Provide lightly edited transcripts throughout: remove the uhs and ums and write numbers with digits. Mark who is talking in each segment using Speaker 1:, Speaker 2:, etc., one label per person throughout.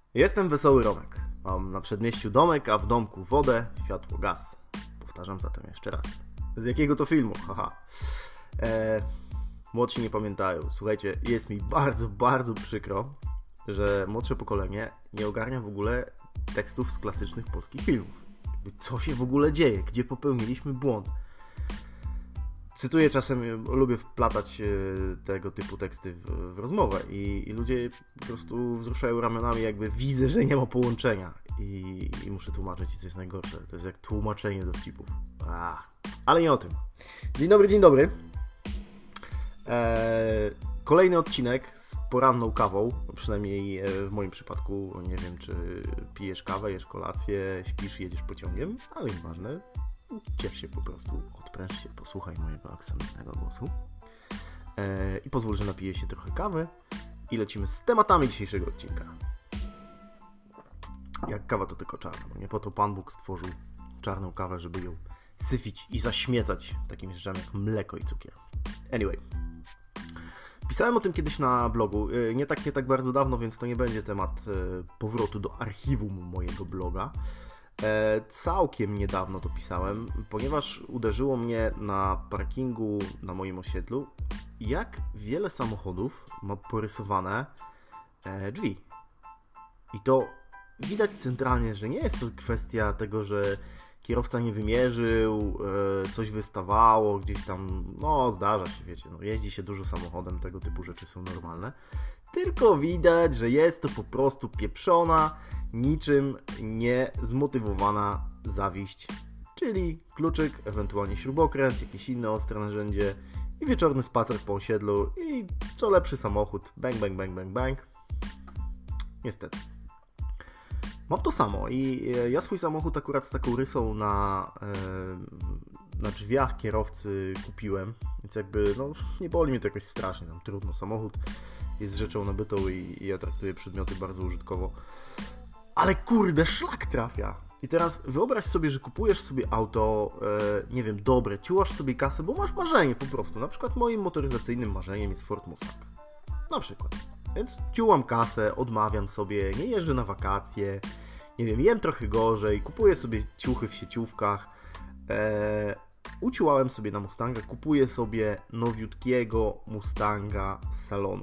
Speaker 1: Jestem wesoły Romek. Mam na przedmieściu domek, a w domku wodę, światło, gaz. Powtarzam zatem jeszcze raz. Z jakiego to filmu? Haha. Młodsi nie pamiętają. Słuchajcie, jest mi bardzo, bardzo przykro, że młodsze pokolenie nie ogarnia w ogóle tekstów z klasycznych polskich filmów. Co się w ogóle dzieje? Gdzie popełniliśmy błąd? Cytuję czasem, lubię wplatać tego typu teksty w rozmowę i ludzie po prostu wzruszają ramionami, jakby widzę, że nie ma połączenia i muszę tłumaczyć, co jest najgorsze. To jest jak tłumaczenie dowcipów. Ale nie o tym. Dzień dobry, dzień dobry. Kolejny odcinek z poranną kawą, przynajmniej w moim przypadku. Nie wiem, czy pijesz kawę, jesz kolację, śpisz, jedziesz pociągiem, ale nieważne. Ciesz się po prostu, odpręż się, posłuchaj mojego aksamitnego głosu i pozwól, że napiję się trochę kawy i lecimy z tematami dzisiejszego odcinka. Jak kawa to tylko czarna, bo nie po to Pan Bóg stworzył czarną kawę, żeby ją syfić i zaśmiecać takim rzeczami jak mleko i cukier. Anyway, pisałem o tym kiedyś na blogu, nie tak bardzo dawno, więc to nie będzie temat powrotu do archiwum mojego bloga. Całkiem niedawno to pisałem, ponieważ uderzyło mnie na parkingu na moim osiedlu, jak wiele samochodów ma porysowane drzwi. I to widać centralnie, że nie jest to kwestia tego, że kierowca nie wymierzył, coś wystawało, gdzieś tam, zdarza się, wiecie, jeździ się dużo samochodem, tego typu rzeczy są normalne. Tylko widać, że jest to po prostu pieprzona, niczym nie zmotywowana zawiść, czyli kluczyk, ewentualnie śrubokręt, jakieś inne ostre narzędzie i wieczorny spacer po osiedlu i co lepszy samochód, bang, bang, bang, bang, bang. Niestety. Mam to samo i ja swój samochód akurat z taką rysą na drzwiach kierowcy kupiłem, więc jakby nie boli mnie to jakoś strasznie, trudno, samochód jest rzeczą nabytą i ja traktuję przedmioty bardzo użytkowo. Ale kurde, szlak trafia. I teraz wyobraź sobie, że kupujesz sobie auto, nie wiem, dobre, ciułasz sobie kasę, bo masz marzenie po prostu. Na przykład moim motoryzacyjnym marzeniem jest Ford Mustang. Na przykład. Więc ciułam kasę, odmawiam sobie, nie jeżdżę na wakacje, nie wiem, jem trochę gorzej, kupuję sobie ciuchy w sieciówkach, uciułałem sobie na Mustanga, kupuję sobie nowiutkiego Mustanga z salonu.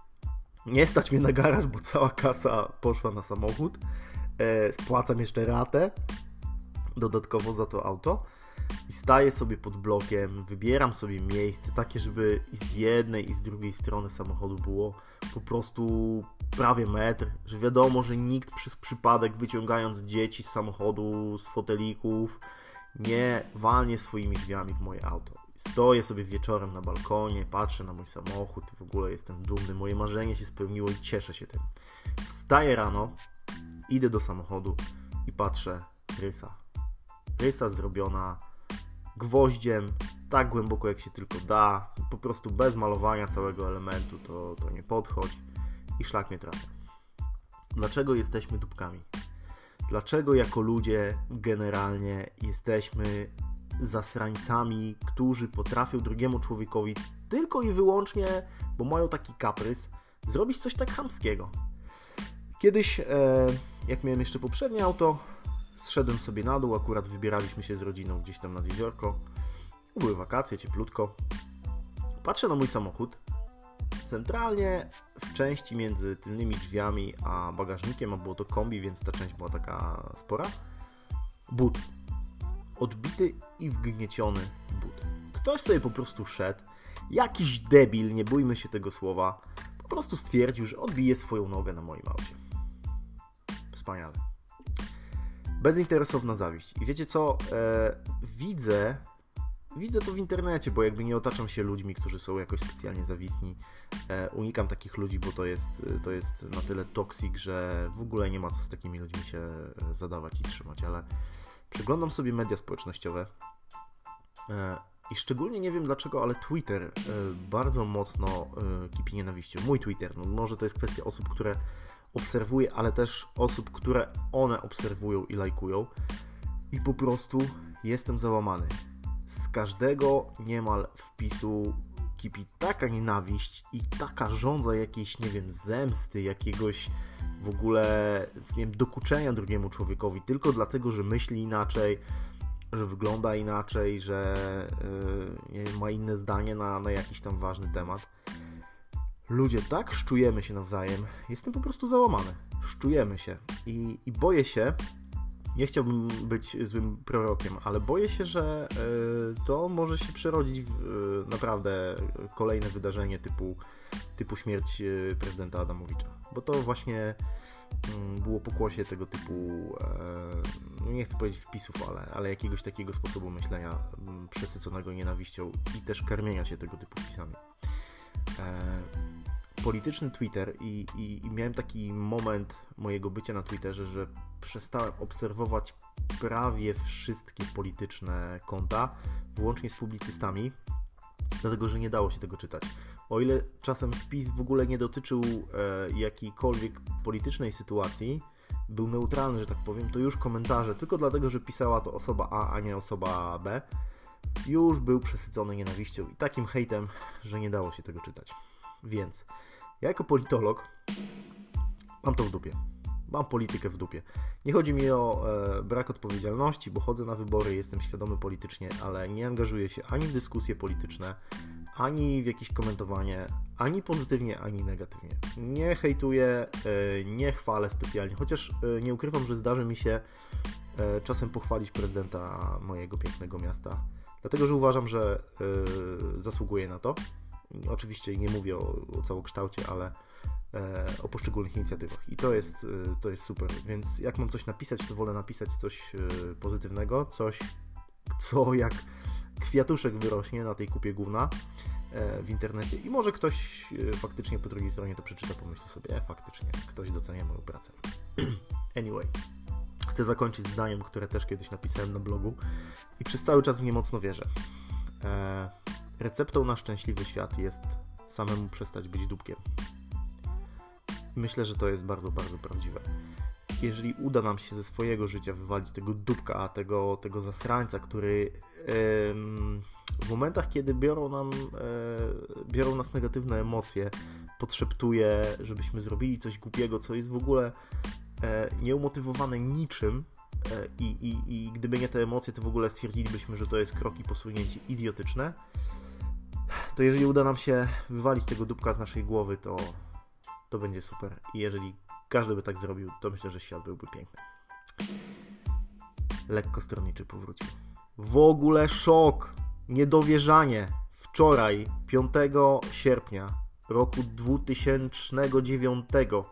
Speaker 1: Nie stać mnie na garaż, bo cała kasa poszła na samochód. Spłacam jeszcze ratę dodatkowo za to auto i staję sobie pod blokiem, wybieram sobie miejsce takie, żeby i z jednej i z drugiej strony samochodu było po prostu prawie metr, że wiadomo, że nikt przez przypadek, wyciągając dzieci z samochodu, z fotelików, nie walnie swoimi drzwiami w moje auto. Stoję sobie wieczorem na balkonie, patrzę na mój samochód, w ogóle jestem dumny, moje marzenie się spełniło i cieszę się tym. Wstaję rano, idę do samochodu i patrzę, rysa. Rysa zrobiona gwoździem, tak głęboko jak się tylko da, po prostu bez malowania całego elementu, to nie podchodź i szlak mnie trafia. Dlaczego jesteśmy dupkami? Dlaczego jako ludzie generalnie jesteśmy zasrańcami, którzy potrafią drugiemu człowiekowi tylko i wyłącznie, bo mają taki kaprys, zrobić coś tak chamskiego? Kiedyś, jak miałem jeszcze poprzednie auto, zszedłem sobie na dół, akurat wybieraliśmy się z rodziną gdzieś tam nad jeziorko, były wakacje, cieplutko. Patrzę na mój samochód, centralnie w części między tylnymi drzwiami a bagażnikiem, a było to kombi, więc ta część była taka spora, but. Odbity i wgnieciony but. Ktoś sobie po prostu szedł, jakiś debil, nie bójmy się tego słowa, po prostu stwierdził, że odbije swoją nogę na moim aucie. Wspaniale. Bezinteresowna zawiść. I wiecie co? Widzę to w internecie, bo jakby nie otaczam się ludźmi, którzy są jakoś specjalnie zawistni. Unikam takich ludzi, bo to jest na tyle toksik, że w ogóle nie ma co z takimi ludźmi się zadawać i trzymać, ale przeglądam sobie media społecznościowe i szczególnie nie wiem dlaczego, ale Twitter bardzo mocno kipi nienawiścią. Mój Twitter, może to jest kwestia osób, które obserwuję, ale też osób, które one obserwują i lajkują i po prostu jestem załamany. Z każdego niemal wpisu kipi taka nienawiść i taka żądza jakiejś, nie wiem, zemsty, jakiegoś w ogóle, nie wiem, dokuczenia drugiemu człowiekowi tylko dlatego, że myśli inaczej, że wygląda inaczej, że nie wiem, ma inne zdanie na jakiś tam ważny temat. Ludzie, tak szczujemy się nawzajem. Jestem po prostu załamany. Szczujemy się. I boję się, nie chciałbym być złym prorokiem, ale boję się, że to może się przerodzić w naprawdę kolejne wydarzenie typu śmierć prezydenta Adamowicza. Bo to właśnie było pokłosie tego typu, nie chcę powiedzieć wpisów, ale jakiegoś takiego sposobu myślenia przesyconego nienawiścią i też karmienia się tego typu wpisami. Polityczny Twitter i miałem taki moment mojego bycia na Twitterze, że przestałem obserwować prawie wszystkie polityczne konta, włącznie z publicystami, dlatego, że nie dało się tego czytać. O ile czasem wpis w ogóle nie dotyczył jakiejkolwiek politycznej sytuacji, był neutralny, że tak powiem, to już komentarze, tylko dlatego, że pisała to osoba A nie osoba B, już był przesycony nienawiścią i takim hejtem, że nie dało się tego czytać. Więc ja jako politolog mam to w dupie. Mam politykę w dupie. Nie chodzi mi o brak odpowiedzialności, bo chodzę na wybory, jestem świadomy politycznie, ale nie angażuję się ani w dyskusje polityczne, ani w jakieś komentowanie, ani pozytywnie, ani negatywnie. Nie hejtuję, nie chwalę specjalnie, chociaż nie ukrywam, że zdarzy mi się czasem pochwalić prezydenta mojego pięknego miasta, dlatego, że uważam, że zasługuje na to. Oczywiście nie mówię o całokształcie, ale o poszczególnych inicjatywach i to jest super, więc jak mam coś napisać, to wolę napisać coś pozytywnego, coś, co jak kwiatuszek wyrośnie na tej kupie gówna w internecie i może ktoś faktycznie po drugiej stronie to przeczyta, pomyśli sobie, faktycznie ktoś docenia moją pracę. Anyway, chcę zakończyć zdaniem, które też kiedyś napisałem na blogu i przez cały czas w nie mocno wierzę. Receptą na szczęśliwy świat jest samemu przestać być dupkiem. Myślę, że to jest bardzo, bardzo prawdziwe. Jeżeli uda nam się ze swojego życia wywalić tego dupka, tego zasrańca, który w momentach, kiedy biorą nas negatywne emocje, podszeptuje, żebyśmy zrobili coś głupiego, co jest w ogóle nieumotywowane niczym i gdyby nie te emocje, to w ogóle stwierdzilibyśmy, że to jest krok i posunięcie idiotyczne, to jeżeli uda nam się wywalić tego dupka z naszej głowy, to będzie super. I jeżeli każdy by tak zrobił, to myślę, że świat byłby piękny. Lekkostronniczy powrócił. W ogóle szok, niedowierzanie. Wczoraj, 5 sierpnia roku 2009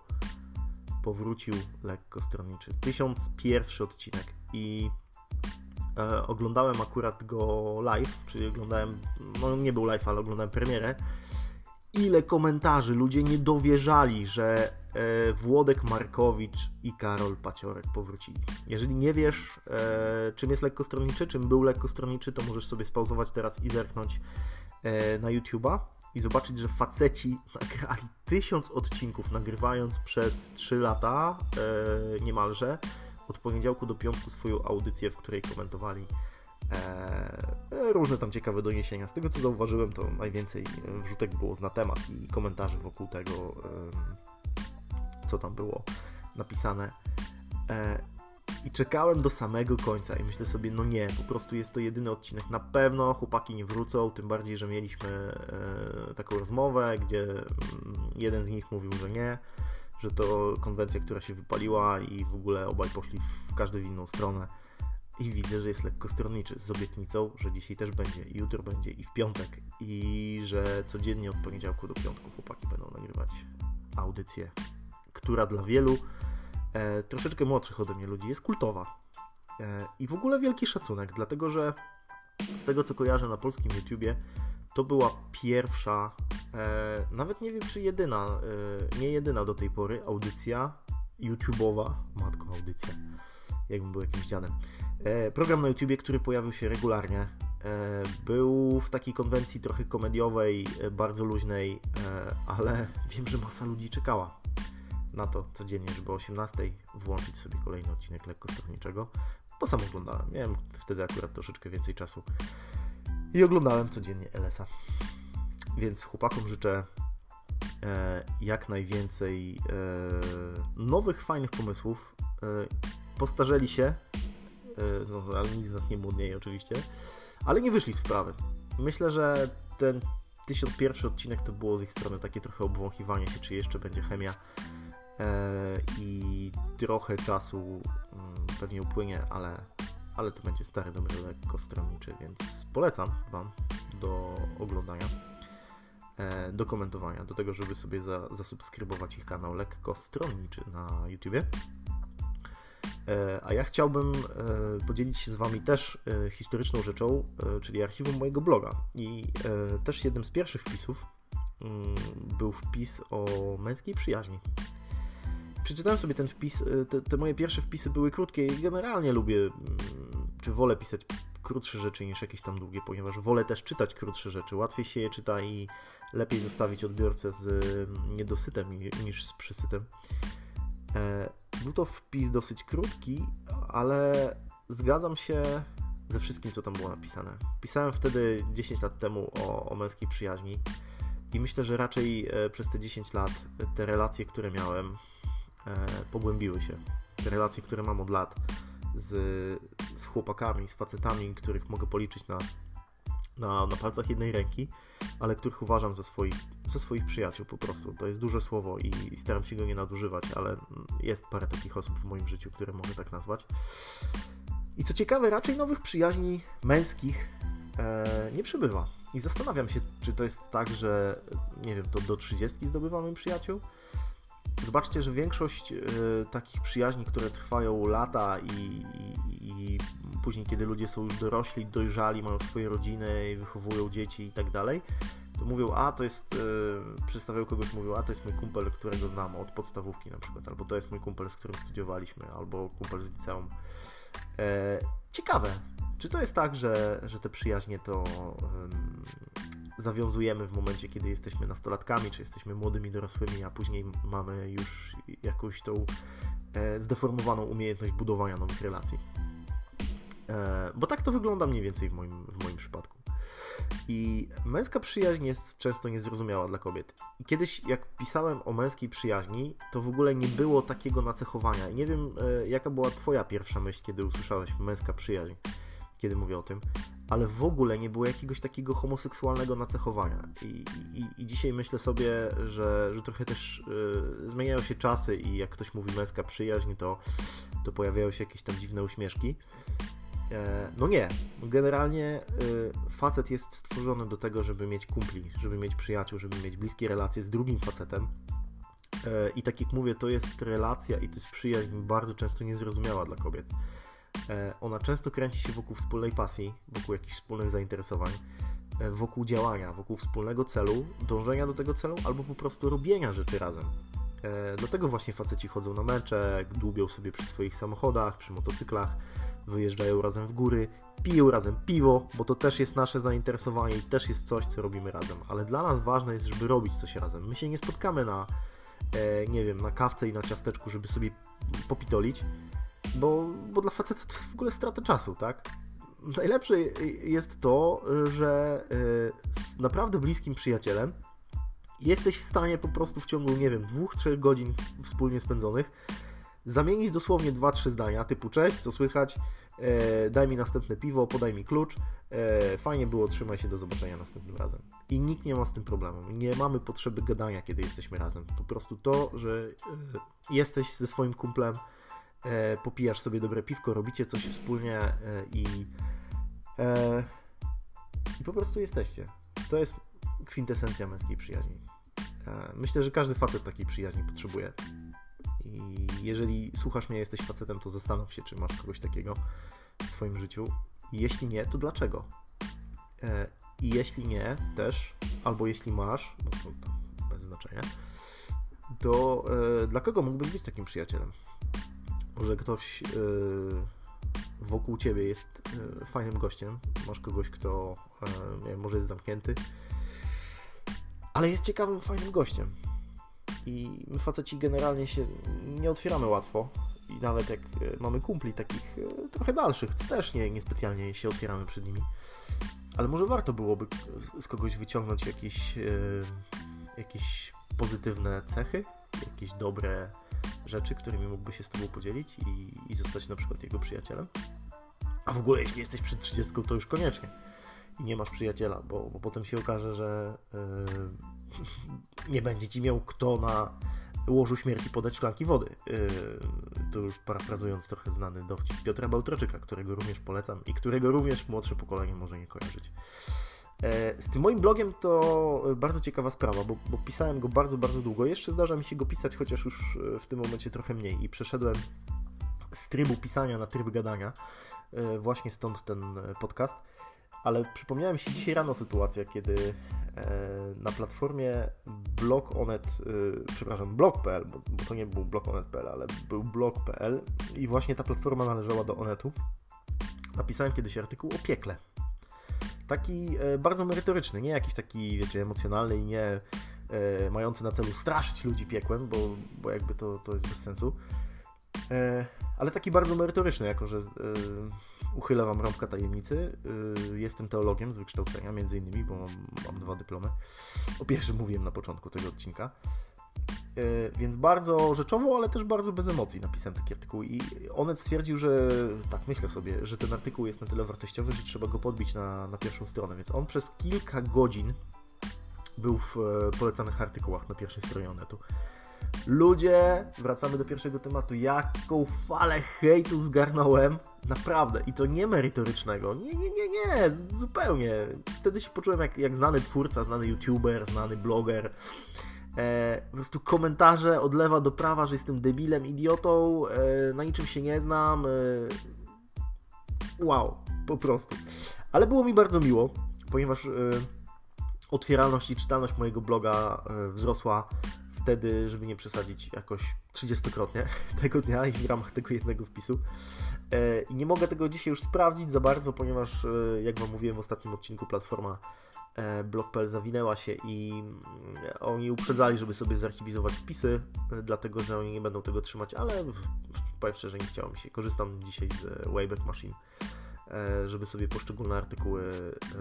Speaker 1: powrócił Lekkostronniczy. 1001 odcinek i oglądałem akurat go live, czyli oglądałem, no nie był live, ale oglądałem premierę. Ile komentarzy, ludzie nie dowierzali, że Włodek Markowicz i Karol Paciorek powrócili. Jeżeli nie wiesz, czym jest Lekkostronniczy, czym był Lekkostronniczy, to możesz sobie spauzować teraz i zerknąć na YouTube'a i zobaczyć, że faceci nagrali 1000 odcinków, nagrywając przez 3 lata niemalże, od poniedziałku do piątku swoją audycję, w której komentowali różne tam ciekawe doniesienia. Z tego, co zauważyłem, to najwięcej wrzutek było na temat i komentarzy wokół tego, co tam było napisane. I czekałem do samego końca i myślę sobie, no nie, po prostu jest to jedyny odcinek. Na pewno chłopaki nie wrócą, tym bardziej, że mieliśmy taką rozmowę, gdzie jeden z nich mówił, że nie, że to konwencja, która się wypaliła i w ogóle obaj poszli w każdy w inną stronę. I widzę, że jest Lekkostronniczy z obietnicą, że dzisiaj też będzie, i jutro będzie, i w piątek, i że codziennie od poniedziałku do piątku chłopaki będą nagrywać audycję, która dla wielu troszeczkę młodszych ode mnie ludzi jest kultowa. I w ogóle wielki szacunek, dlatego że z tego, co kojarzę na polskim YouTubie, to była pierwsza, nawet nie wiem czy jedyna, nie jedyna do tej pory audycja YouTube'owa, matko audycja, jakbym był jakimś dziadem. Program na YouTubie, który pojawił się regularnie, był w takiej konwencji trochę komediowej, bardzo luźnej, ale wiem, że masa ludzi czekała na to codziennie, żeby o 18:00 włączyć sobie kolejny odcinek Lekkostronniczego, bo sam oglądałem, miałem wtedy akurat troszeczkę więcej czasu i oglądałem codziennie LS-a, więc chłopakom życzę jak najwięcej nowych, fajnych pomysłów. Postarzeli się, no, ale nikt z nas nie młodnieje oczywiście, ale nie wyszli z wprawy. Myślę, że ten 1001 odcinek to było z ich strony takie trochę obwąchiwanie się, czy jeszcze będzie chemia i trochę czasu pewnie upłynie, ale to będzie stary, dobry, lekko stronniczy, więc polecam Wam do oglądania, do komentowania, do tego, żeby sobie zasubskrybować ich kanał lekko stronniczy na YouTubie. A ja chciałbym podzielić się z Wami też historyczną rzeczą, czyli archiwum mojego bloga. I też jednym z pierwszych wpisów był wpis o męskiej przyjaźni. Przeczytałem sobie ten wpis, te moje pierwsze wpisy były krótkie i generalnie lubię, czy wolę pisać krótsze rzeczy niż jakieś tam długie, ponieważ wolę też czytać krótsze rzeczy. Łatwiej się je czyta i lepiej zostawić odbiorcę z niedosytem niż z przysytem. Był to wpis dosyć krótki, ale zgadzam się ze wszystkim, co tam było napisane. Pisałem wtedy 10 lat temu o męskiej przyjaźni i myślę, że raczej przez te 10 lat te relacje, które miałem, pogłębiły się. Te relacje, które mam od lat z chłopakami, z facetami, których mogę policzyć na palcach jednej ręki, ale których uważam za swoich przyjaciół po prostu. To jest duże słowo i staram się go nie nadużywać, ale jest parę takich osób w moim życiu, które mogę tak nazwać. I co ciekawe, raczej nowych przyjaźni męskich nie przybywa. I zastanawiam się, czy to jest tak, że nie wiem, to do 30 zdobywamy przyjaciół? Zobaczcie, że większość takich przyjaźni, które trwają lata i później, kiedy ludzie są już dorośli, dojrzali, mają swoje rodziny, wychowują dzieci i tak dalej, to mówią, przedstawiają kogoś, mówią, to jest mój kumpel, którego znam od podstawówki na przykład, albo to jest mój kumpel, z którym studiowaliśmy, albo kumpel z liceum. Ciekawe, czy to jest tak, że te przyjaźnie to zawiązujemy w momencie, kiedy jesteśmy nastolatkami, czy jesteśmy młodymi dorosłymi, a później mamy już jakąś tą zdeformowaną umiejętność budowania nowych relacji. Bo tak to wygląda mniej więcej w moim przypadku. I męska przyjaźń jest często niezrozumiała dla kobiet. I kiedyś, jak pisałem o męskiej przyjaźni, to w ogóle nie było takiego nacechowania. I nie wiem, jaka była Twoja pierwsza myśl, kiedy usłyszałeś męska przyjaźń, kiedy mówię o tym, ale w ogóle nie było jakiegoś takiego homoseksualnego nacechowania. I dzisiaj myślę sobie, że trochę też zmieniają się czasy i jak ktoś mówi męska przyjaźń, to pojawiają się jakieś tam dziwne uśmieszki. No nie, generalnie facet jest stworzony do tego, żeby mieć kumpli, żeby mieć przyjaciół, żeby mieć bliskie relacje z drugim facetem. I tak jak mówię, to jest relacja i to jest przyjaźń bardzo często niezrozumiała dla kobiet. Ona często kręci się wokół wspólnej pasji, wokół jakichś wspólnych zainteresowań, wokół działania, wokół wspólnego celu, dążenia do tego celu albo po prostu robienia rzeczy razem. Dlatego właśnie faceci chodzą na mecze, dłubią sobie przy swoich samochodach, przy motocyklach, wyjeżdżają razem w góry, piją razem piwo, bo to też jest nasze zainteresowanie i też jest coś, co robimy razem. Ale dla nas ważne jest, żeby robić coś razem. My się nie spotkamy na kawce i na ciasteczku, żeby sobie popitolić, bo dla faceta to jest w ogóle strata czasu, tak? Najlepsze jest to, że z naprawdę bliskim przyjacielem jesteś w stanie po prostu w ciągu, 2-3 godzin wspólnie spędzonych zamienić dosłownie 2-3 zdania, typu cześć, co słychać, daj mi następne piwo, podaj mi klucz, fajnie było, trzymaj się, do zobaczenia następnym razem. I nikt nie ma z tym problemu. Nie mamy potrzeby gadania, kiedy jesteśmy razem. Po prostu to, że jesteś ze swoim kumplem, popijasz sobie dobre piwko, robicie coś wspólnie i po prostu jesteście. To jest kwintesencja męskiej przyjaźni. Myślę, że każdy facet takiej przyjaźni potrzebuje. I jeżeli słuchasz mnie, jesteś facetem, to zastanów się, czy masz kogoś takiego w swoim życiu. Jeśli nie, to dlaczego? I jeśli nie, też, albo jeśli masz, bo to bez znaczenia, to dla kogo mógłbyś być takim przyjacielem? Może ktoś wokół ciebie jest fajnym gościem, masz kogoś, kto może jest zamknięty, ale jest ciekawym, fajnym gościem. I my faceci generalnie się nie otwieramy łatwo i nawet jak mamy kumpli takich trochę dalszych, to też nie specjalnie się otwieramy przed nimi. Ale może warto byłoby z kogoś wyciągnąć jakieś pozytywne cechy, jakieś dobre rzeczy, którymi mógłby się z tobą podzielić i zostać na przykład jego przyjacielem. A w ogóle jeśli jesteś przed 30, to już koniecznie i nie masz przyjaciela, bo potem się okaże, że nie będzie ci miał kto na łożu śmierci podać szklanki wody. To już parafrazując trochę znany dowcip Piotra Bałtroczyka, którego również polecam i którego również młodsze pokolenie może nie kojarzyć. Z tym moim blogiem to bardzo ciekawa sprawa, bo pisałem go bardzo, bardzo długo. Jeszcze zdarza mi się go pisać, chociaż już w tym momencie trochę mniej i przeszedłem z trybu pisania na tryb gadania. Właśnie stąd ten podcast. Ale przypomniała mi się dzisiaj rano sytuacja, kiedy na platformie blog.pl, bo to nie był blog.onet.pl, ale był blog.pl i właśnie ta platforma należała do Onetu. Napisałem kiedyś artykuł o piekle. Taki bardzo merytoryczny, nie jakiś taki, wiecie, emocjonalny i nie mający na celu straszyć ludzi piekłem, bo jakby to jest bez sensu. Ale taki bardzo merytoryczny, jako że uchylę wam rąbka tajemnicy. Jestem teologiem z wykształcenia, między innymi, bo mam 2 dyplomy. O pierwszym mówiłem na początku tego odcinka. Więc bardzo rzeczowo, ale też bardzo bez emocji napisałem taki artykuł i Onet stwierdził, że tak myślę sobie, że ten artykuł jest na tyle wartościowy, że trzeba go podbić na pierwszą stronę, więc on przez kilka godzin był w polecanych artykułach na pierwszej stronie Onetu. Ludzie, wracamy do pierwszego tematu, jaką falę hejtu zgarnąłem, naprawdę, i to nie merytorycznego, nie, zupełnie. Wtedy się poczułem jak znany twórca, znany youtuber, znany bloger. Po prostu komentarze od lewa do prawa, że jestem debilem, idiotą, na niczym się nie znam. Wow, po prostu. Ale było mi bardzo miło, ponieważ otwieralność i czytalność mojego bloga wzrosła wtedy, żeby nie przesadzić, jakoś 30-krotnie tego dnia i w ramach tego jednego wpisu. I nie mogę tego dzisiaj już sprawdzić za bardzo, ponieważ jak wam mówiłem w ostatnim odcinku, platforma blog.pl zawinęła się i oni uprzedzali, żeby sobie zarchiwizować wpisy, dlatego że oni nie będą tego trzymać, ale powiem szczerze, nie chciało mi się. Korzystam dzisiaj z Wayback Machine, żeby sobie poszczególne artykuły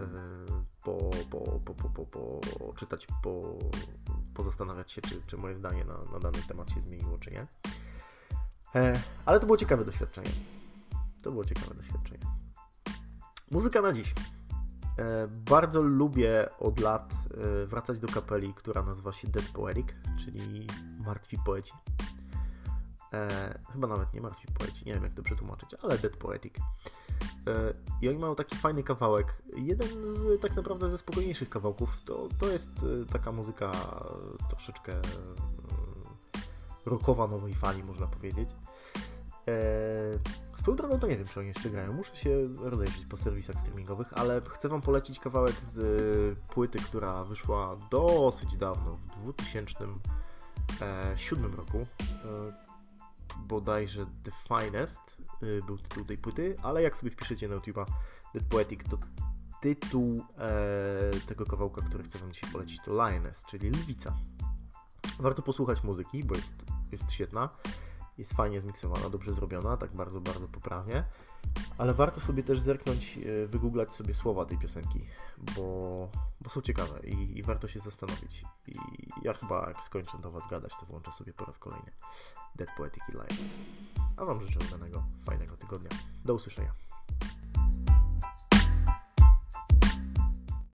Speaker 1: czytać, pozastanawiać się, czy moje zdanie na dany temat się zmieniło, czy nie. Ale to było ciekawe doświadczenie. Muzyka na dziś. Bardzo lubię od lat wracać do kapeli, która nazywa się Dead Poetic, czyli Martwi Poeci. Chyba nawet nie Martwi Poeci, nie wiem jak to przetłumaczyć, ale Dead Poetic. I oni mają taki fajny kawałek. Jeden z tak naprawdę ze spokojniejszych kawałków. To jest taka muzyka troszeczkę rockowa nowej fali, można powiedzieć. Swoją drogą to nie wiem, czy oni jeszcze grają. Muszę się rozejrzeć po serwisach streamingowych, ale chcę wam polecić kawałek z płyty, która wyszła dosyć dawno, w 2007 roku. Bodajże The Finest był tytuł tej płyty, ale jak sobie wpiszecie na YouTube'a Dead Poetic, to tytuł tego kawałka, który chcę wam dzisiaj polecić, to Lioness, czyli lwica. Warto posłuchać muzyki, bo jest świetna, jest fajnie zmiksowana, dobrze zrobiona, tak bardzo, bardzo poprawnie, ale warto sobie też zerknąć, wygooglać sobie słowa tej piosenki, bo są ciekawe i warto się zastanowić. I ja chyba jak skończę do was gadać, to włączę sobie po raz kolejny Dead Poetic i Lioness. A wam życzę udanego, fajnego tygodnia. Do usłyszenia.